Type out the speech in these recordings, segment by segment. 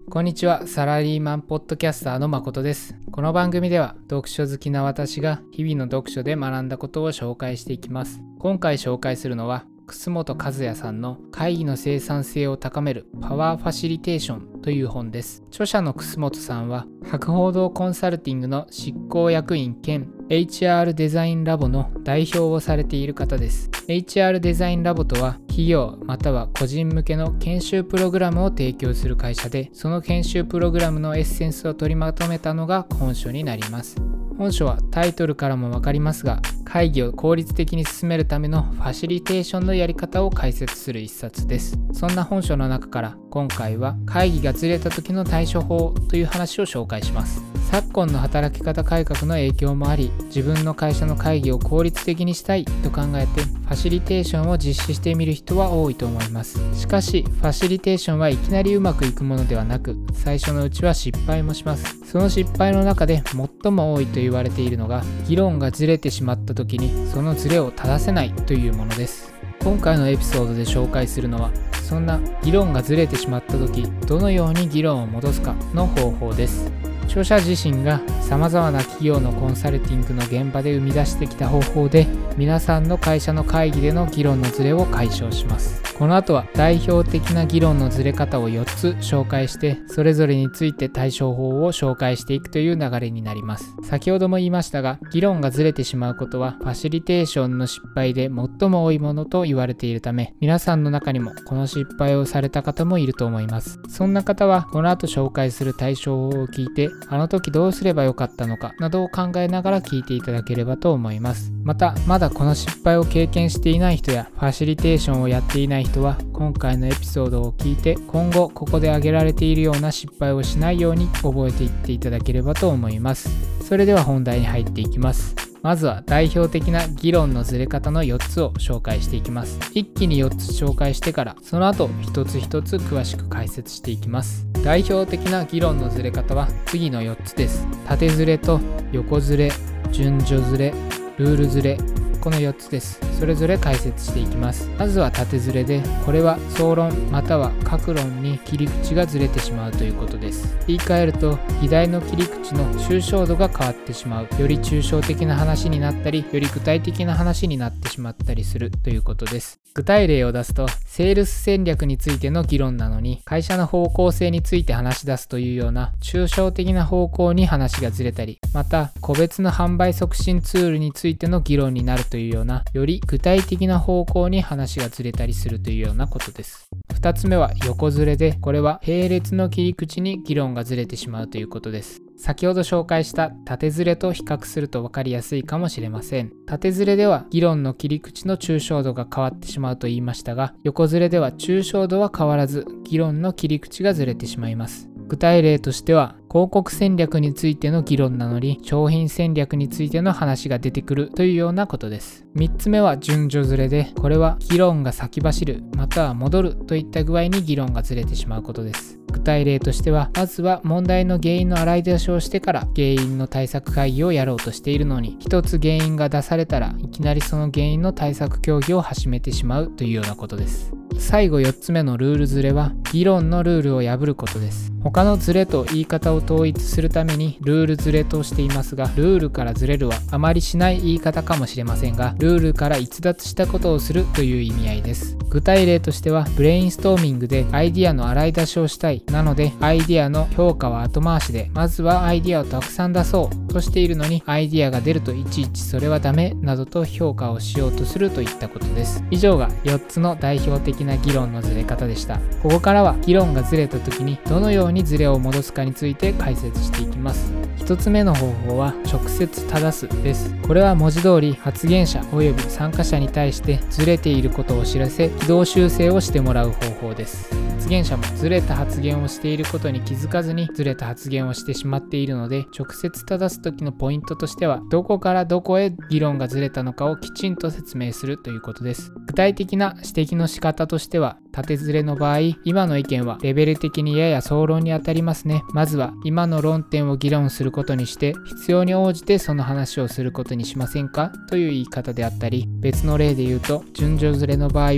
こんにちは、サラリーマンポッドキャスターの誠です。この番組では読書好きな私が日々の読書で学んだことを紹介していきます。今回紹介するのは楠本和也さんの会議の生産性を高めるパワーファシリテーションという本です。著者の楠本さんは博報堂コンサルティングの執行役員兼 HR デザインラボの代表をされている方です。HR デザインラボとは企業または個人向けの研修プログラムを提供する会社で、その研修プログラムのエッセンスを取りまとめたのが本書になります。本書はタイトルからも分かりますが、会議を効率的に進めるためのファシリテーションのやり方を解説する一冊です。そんな本書の中から今回は会議がずれた時の対処法という話を紹介します。昨今の働き方改革の影響もあり、自分の会社の会議を効率的にしたいと考えてファシリテーションを実施してみる人は多いと思います。しかしファシリテーションはいきなりうまくいくものではなく、最初のうちは失敗もします。その失敗の中で最も多いと言われているのが、議論がずれてしまった時にそのずれを正せないというものです。今回のエピソードで紹介するのは、そんな議論がずれてしまった時どのように議論を戻すかの方法です。著者自身が様々な企業のコンサルティングの現場で生み出してきた方法で、皆さんの会社の会議での議論のズレを解消します。この後は代表的な議論のズレ方を4つ紹介して、それぞれについて対処法を紹介していくという流れになります。先ほども言いましたが、議論がずれてしまうことはファシリテーションの失敗で最も多いものと言われているため、皆さんの中にもこの失敗をされた方もいると思います。そんな方はこの後紹介する対処法を聞いて、あの時どうすればよかったのかなどを考えながら聞いていただければと思います。また、まだこの失敗を経験していない人やファシリテーションをやっていない人は、今回のエピソードを聞いて今後ここで挙げられているような失敗をしないように覚えていっていただければと思います。それでは本題に入っていきます。まずは代表的な議論のずれ方の4つを紹介していきます。一気に4つ紹介してから、その後一つ一つ詳しく解説していきます。代表的な議論のずれ方は次の4つです。縦ずれと横ずれ、順序ずれ、ルールずれ、この4つです。それぞれ解説していきます。まずは縦ずれで、これは総論または各論に切り口がずれてしまうということです。言い換えると、議題の切り口の抽象度が変わってしまう、より抽象的な話になったり、より具体的な話になってしまったりするということです。具体例を出すと、セールス戦略についての議論なのに、会社の方向性について話し出すというような抽象的な方向に話がずれたり、また個別の販売促進ツールについての議論になるというような、より具体的な方向に話がずれたりするというようなことです。2つ目は横ずれで、これは並列の切り口に議論がずれてしまうということです。先ほど紹介した縦ずれと比較すると分かりやすいかもしれません。縦ずれでは議論の切り口の抽象度が変わってしまうと言いましたが、横ずれでは抽象度は変わらず議論の切り口がずれてしまいます。具体例としては、広告戦略についての議論なのに商品戦略についての話が出てくるというようなことです。3つ目は順序ずれで、これは議論が先走るまたは戻るといった具合に議論がずれてしまうことです。具体例としては、まずは問題の原因の洗い出しをしてから原因の対策会議をやろうとしているのに、一つ原因が出されたらいきなりその原因の対策協議を始めてしまうというようなことです。最後4つ目のルールずれは、議論のルールを破ることです。他のずれと言い方を統一するためにルールずれとしていますが、ルールからずれるはあまりしない言い方かもしれませんが、ルールから逸脱したことをするという意味合いです。具体例としては、ブレインストーミングでアイディアの洗い出しをしたい、なのでアイディアの評価は後回しで、まずはアイディアをたくさん出そうとしているのに、アイディアが出るといちいちそれはダメなどと評価をしようとするといったことです。以上が4つの代表的な議論のずれ方でした。ここからは議論がずれた時にどのようにずれを戻すかについて解説していきます。1つ目の方法は直接正すです。これは文字通り発言者及び参加者に対してずれていることを知らせ、軌道修正をしてもらう方法です。発言者もずれた発言をしていることに気づかずにずれた発言をしてしまっているので、直接正す時のポイントとしては、どこからどこへ議論がずれたのかをきちんと説明するということです。具体的な指摘の仕方としては、縦ずれの場合、今の意見はレベル的にやや総論に当たりますね。まずは今の論点を議論することにして、必要に応じてその話をすることにしませんかという言い方であったり、別の例で言うと、順序ずれの場合は、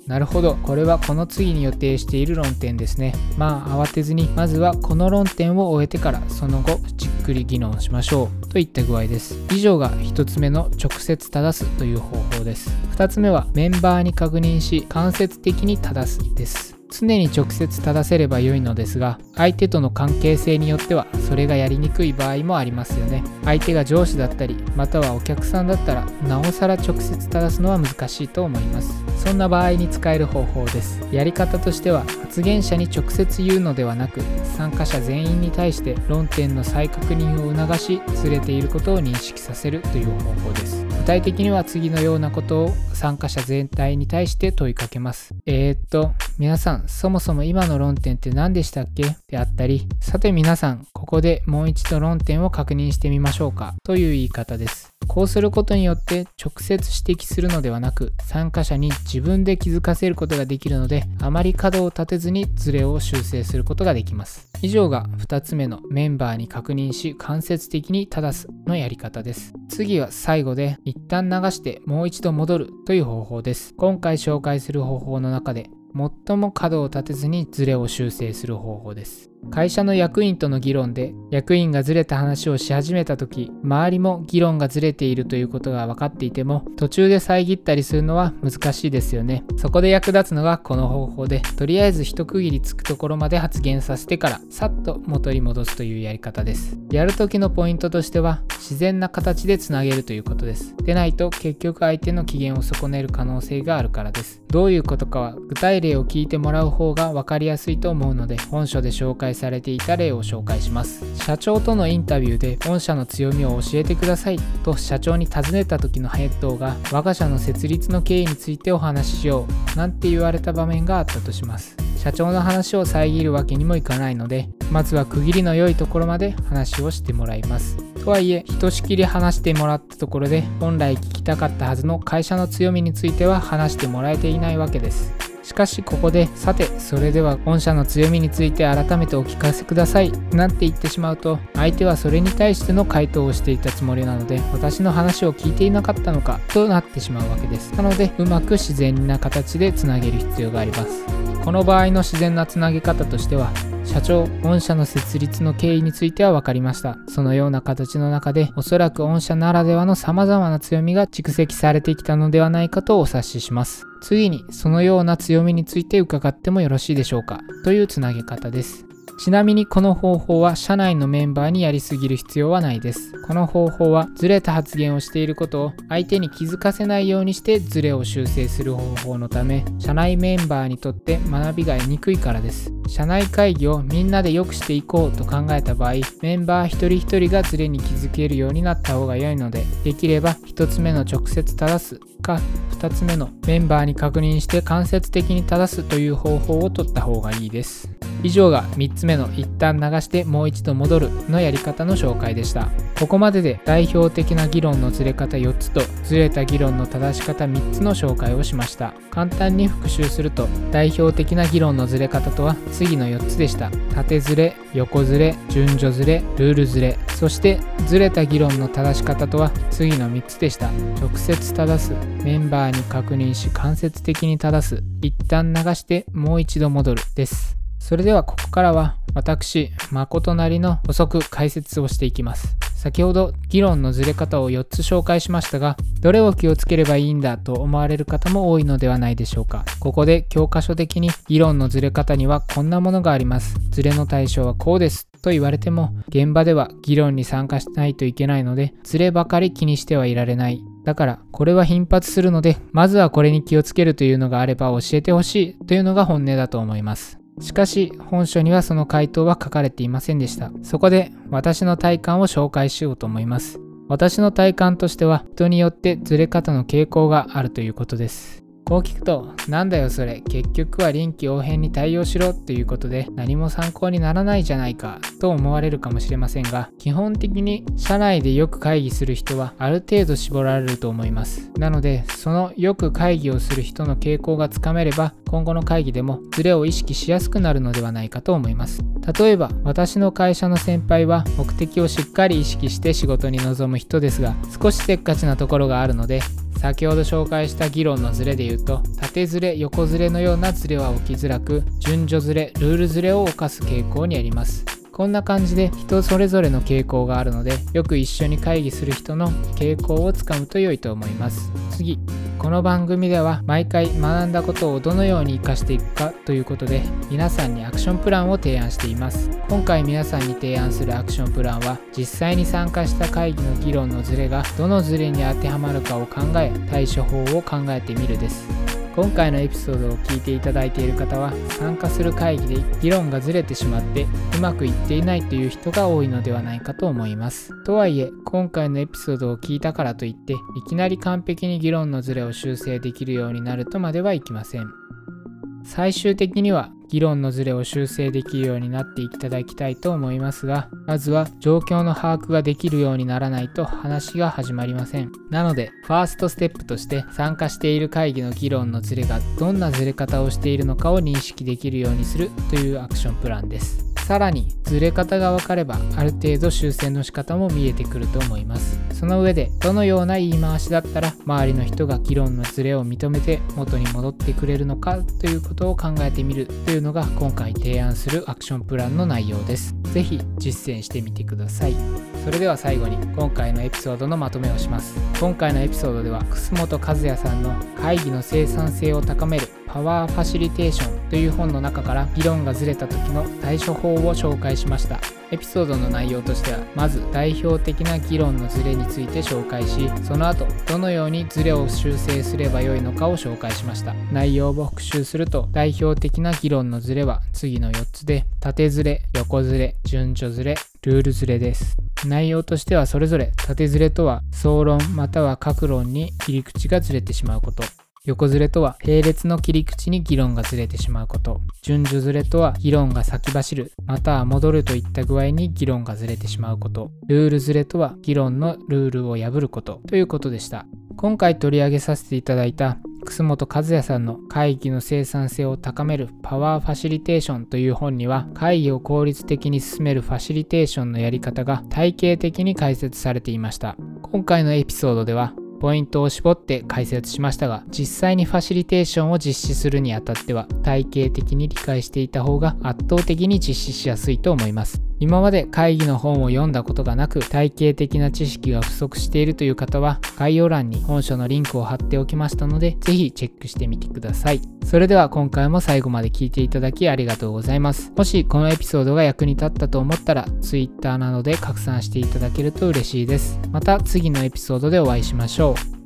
なるほど、これはこの次に予定している論点ですね。慌てずにまずはこの論点を終えてからその後じっくり議論しましょうといった具合です。以上が1つ目の直接正すという方法です。2つ目はメンバーに確認し間接的に正すです。常に直接正せれば良いのですが、相手との関係性によってはそれがやりにくい場合もありますよね。相手が上司だったり、またはお客さんだったらなおさら直接正すのは難しいと思います。そんな場合に使える方法です。やり方としては、発言者に直接言うのではなく、参加者全員に対して論点の再確認を促し、ずれていることを認識させるという方法です。具体的には次のようなことを参加者全体に対して問いかけます。皆さん、そもそも今の論点って何でしたっけ？であったり、さて皆さん、ここでもう一度論点を確認してみましょうかという言い方です。こうすることによって直接指摘するのではなく、参加者に自分で気づかせることができるので、あまり角を立てずにズレを修正することができます。以上が2つ目のメンバーに確認し間接的に正すのやり方です。次は最後で一旦流してもう一度戻るという方法です。今回紹介する方法の中で最も角を立てずにズレを修正する方法です。会社の役員との議論で役員がずれた話をし始めた時、周りも議論がずれているということが分かっていても途中で遮ったりするのは難しいですよね。そこで役立つのがこの方法で、とりあえず一区切りつくところまで発言させてからさっと元に戻すというやり方です。やる時のポイントとしては、自然な形でつなげるということです。でないと結局相手の機嫌を損ねる可能性があるからです。どういうことかは具体例を聞いてもらう方が分かりやすいと思うので、本書で紹介されていた例を紹介します。社長とのインタビューで御社の強みを教えてくださいと社長に尋ねた時の返答が、我が社の設立の経緯についてお話ししようなんて言われた場面があったとします。社長の話を遮るわけにもいかないので、まずは区切りの良いところまで話をしてもらいます。とはいえ、ひとしきり話してもらったところで本来聞きたかったはずの会社の強みについては話してもらえていないわけです。しかしここで、さてそれでは御社の強みについて改めてお聞かせくださいなんて言ってしまうと、相手はそれに対しての回答をしていたつもりなので、私の話を聞いていなかったのかとなってしまうわけです。なのでうまく自然な形でつなげる必要があります。この場合の自然なつなげ方としては、社長、御社の設立の経緯については分かりました。そのような形の中で、おそらく御社ならではの様々な強みが蓄積されてきたのではないかとお察しします。次に、そのような強みについて伺ってもよろしいでしょうかというつなげ方です。ちなみにこの方法は社内のメンバーにやりすぎる必要はないです。この方法はずれた発言をしていることを相手に気づかせないようにしてずれを修正する方法のため、社内メンバーにとって学びが得にくいからです。社内会議をみんなで良くしていこうと考えた場合、メンバー一人一人がズレに気づけるようになった方が良いので、できれば1つ目の直接正すか2つ目のメンバーに確認して間接的に正すという方法を取った方がいいです。以上が3つ目の一旦流してもう一度戻るのやり方の紹介でした。ここまでで代表的な議論のずれ方4つとずれた議論の正し方3つの紹介をしました。簡単に復習すると、代表的な議論のずれ方とは次の4つでした。縦ずれ、横ずれ、順序ずれ、ルールずれ。そしてずれた議論の正し方とは次の3つでした。直接正す、メンバーに確認し間接的に正す、一旦流してもう一度戻るです。それではここからは私、誠なりの補足解説をしていきます。先ほど議論のずれ方を4つ紹介しましたが、どれを気をつければいいんだと思われる方も多いのではないでしょうか。ここで教科書的に議論のずれ方にはこんなものがあります。ずれの対象はこうですと言われても、現場では議論に参加しないといけないので、ずればかり気にしてはいられない。だからこれは頻発するので、まずはこれに気をつけるというのがあれば教えてほしいというのが本音だと思います。しかし本書にはその回答は書かれていませんでした。そこで私の体感を紹介しようと思います。私の体感としては、人によってずれ方の傾向があるということです。こう聞くと、なんだよそれ、結局は臨機応変に対応しろということで何も参考にならないじゃないかと思われるかもしれませんが、基本的に社内でよく会議する人はある程度絞られると思います。なのでそのよく会議をする人の傾向がつかめれば、今後の会議でもズレを意識しやすくなるのではないかと思います。例えば私の会社の先輩は目的をしっかり意識して仕事に臨む人ですが、少しせっかちなところがあるので、 先ほど紹介した議論のズレで言うと、縦ズレ、横ズレのようなズレは起きづらく、順序ズレ、ルールズレを犯す傾向にあります。こんな感じで人それぞれの傾向があるので、よく一緒に会議する人の傾向をつかむと良いと思います。次、この番組では毎回学んだことをどのように活かしていくかということで、皆さんにアクションプランを提案しています。今回皆さんに提案するアクションプランは、実際に参加した会議の議論のズレがどのズレに当てはまるかを考え、対処法を考えてみるです。今回のエピソードを聞いていただいている方は、参加する会議で議論がずれてしまってうまくいっていないという人が多いのではないかと思います。とはいえ、今回のエピソードを聞いたからといっていきなり完璧に議論のずれを修正できるようになるとまではいきません。最終的には議論のズレを修正できるようになっていただきたいと思いますが、まずは状況の把握ができるようにならないと話が始まりません。なので、ファーストステップとして参加している会議の議論のズレがどんなズレ方をしているのかを認識できるようにするというアクションプランです。さらに、ズレ方が分かればある程度修正の仕方も見えてくると思います。その上で、どのような言い回しだったら周りの人が議論のズレを認めて元に戻ってくれるのかということを考えてみるというのが今回提案するアクションプランの内容です。ぜひ実践してみてください。それでは最後に今回のエピソードのまとめをします。今回のエピソードでは楠本和也さんの会議の生産性を高めるパワーファシリテーションという本の中から議論がずれた時の対処法を紹介しました。エピソードの内容としては、まず代表的な議論のズレについて紹介し、その後どのようにズレを修正すればよいのかを紹介しました。内容を復習すると、代表的な議論のズレは次の4つで、縦ズレ、横ズレ、順序ズレ、ルールズレです。内容としてはそれぞれ、縦ズレとは総論または各論に切り口がずれてしまうこと、横ずれとは並列の切り口に議論がずれてしまうこと、順序ずれとは議論が先走るまたは戻るといった具合に議論がずれてしまうこと、ルールずれとは議論のルールを破ることということでした。今回取り上げさせていただいた楠本和也さんの会議の生産性を高めるパワーファシリテーションという本には、会議を効率的に進めるファシリテーションのやり方が体系的に解説されていました。今回のエピソードではポイントを絞って解説しましたが、実際にファシリテーションを実施するにあたっては体系的に理解していた方が圧倒的に実施しやすいと思います。今まで会議の本を読んだことがなく体系的な知識が不足しているという方は、概要欄に本書のリンクを貼っておきましたので、ぜひチェックしてみてください。それでは今回も最後まで聞いていただきありがとうございます。もしこのエピソードが役に立ったと思ったら Twitter などで拡散していただけると嬉しいです。また次のエピソードでお会いしましょう。